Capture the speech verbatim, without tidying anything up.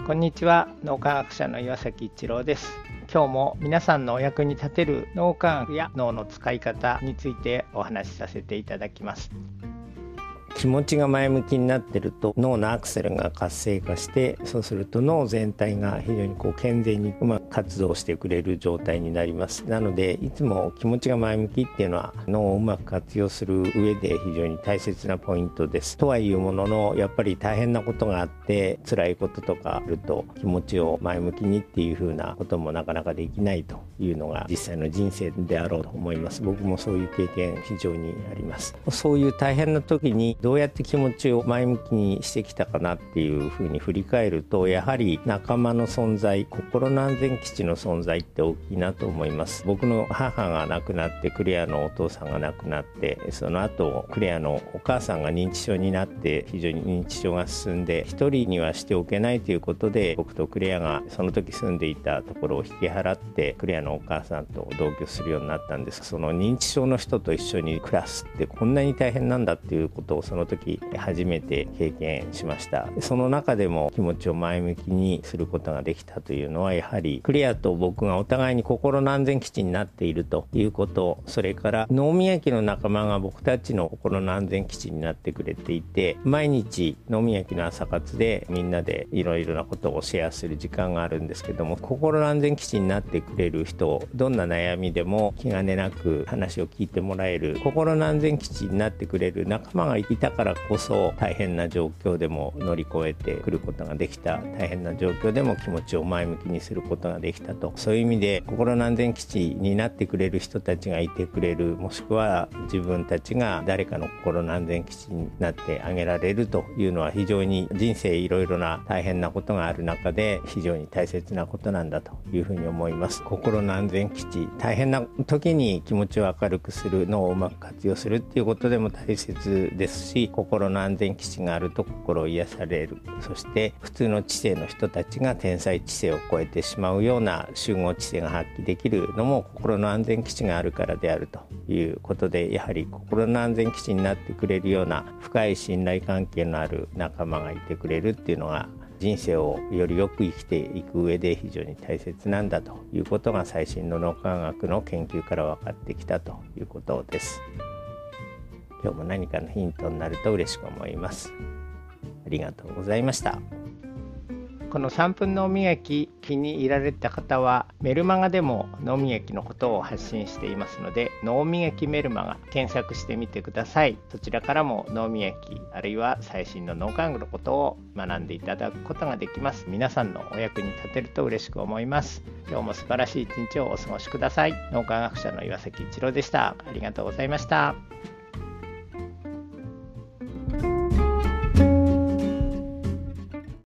こんにちは、脳科学者の岩崎一郎です。今日も皆さんのお役に立てる脳科学や脳の使い方についてお話しさせていただきます。気持ちが前向きになっていると脳のアクセルが活性化して、そうすると脳全体が非常にこう健全にうまく活動してくれる状態になります。なのでいつも気持ちが前向きっていうのは脳をうまく活用する上で非常に大切なポイントです。とはいうものの、やっぱり大変なことがあって辛いこととかあると気持ちを前向きにっていうふうなこともなかなかできないというのが実際の人生であろうと思います。僕もそういう経験非常にあります。そういう大変な時にどうやって気持ちを前向きにしてきたかなっていうふうに振り返ると、やはり仲間の存在、心の安全基地の存在って大きいなと思います。僕の母が亡くなって、クレアのお父さんが亡くなって、その後クレアのお母さんが認知症になって非常に認知症が進んで、一人にはしておけないということで、僕とクレアがその時住んでいたところを引き払ってクレアのお母さんと同居するようになったんです。その認知症の人と一緒に暮らすってこんなに大変なんだっていうことをその時初めて経験しました。その中でも気持ちを前向きにすることができたというのは、やはりクレアと僕がお互いに心の安全基地になっているということ、それから脳みやきの仲間が僕たちの心の安全基地になってくれていて、毎日脳みやきの朝活でみんなでいろいろなことをシェアする時間があるんですけども、心の安全基地になってくれる人、どんな悩みでも気兼ねなく話を聞いてもらえる、心の安全基地になってくれる仲間がいたからこそ、大変な状況でも乗り越えてくることができた、大変な状況でも気持ちを前向きにすることができたと、そういう意味で心の安全基地になってくれる人たちがいてくれる、もしくは自分たちが誰かの心の安全基地になってあげられるというのは、非常に人生いろいろな大変なことがある中で非常に大切なことなんだというふうに思います。心の安全基地、大変な時に気持ちを明るくする、脳をうまく活用するっていうことでも大切ですし、心の安全基地があると心を癒される、そして普通の知性の人たちが天才知性を超えてしまうような集合知性が発揮できるのも心の安全基地があるからであるということで、やはり心の安全基地になってくれるような深い信頼関係のある仲間がいてくれるっていうのが、人生をよりよく生きていく上で非常に大切なんだということが、最新の脳科学の研究から分かってきたということです。今日も何かのヒントになると嬉しく思います。ありがとうございました。このさんぷん脳みやき気に入られた方は、メルマガでも脳みやきのことを発信していますので、脳みやきメルマガ検索してみてください。そちらからも脳みやき、あるいは最新の脳科学のことを学んでいただくことができます。皆さんのお役に立てると嬉しく思います。今日も素晴らしい一日をお過ごしください。脳科学者の岩崎一郎でした。ありがとうございました。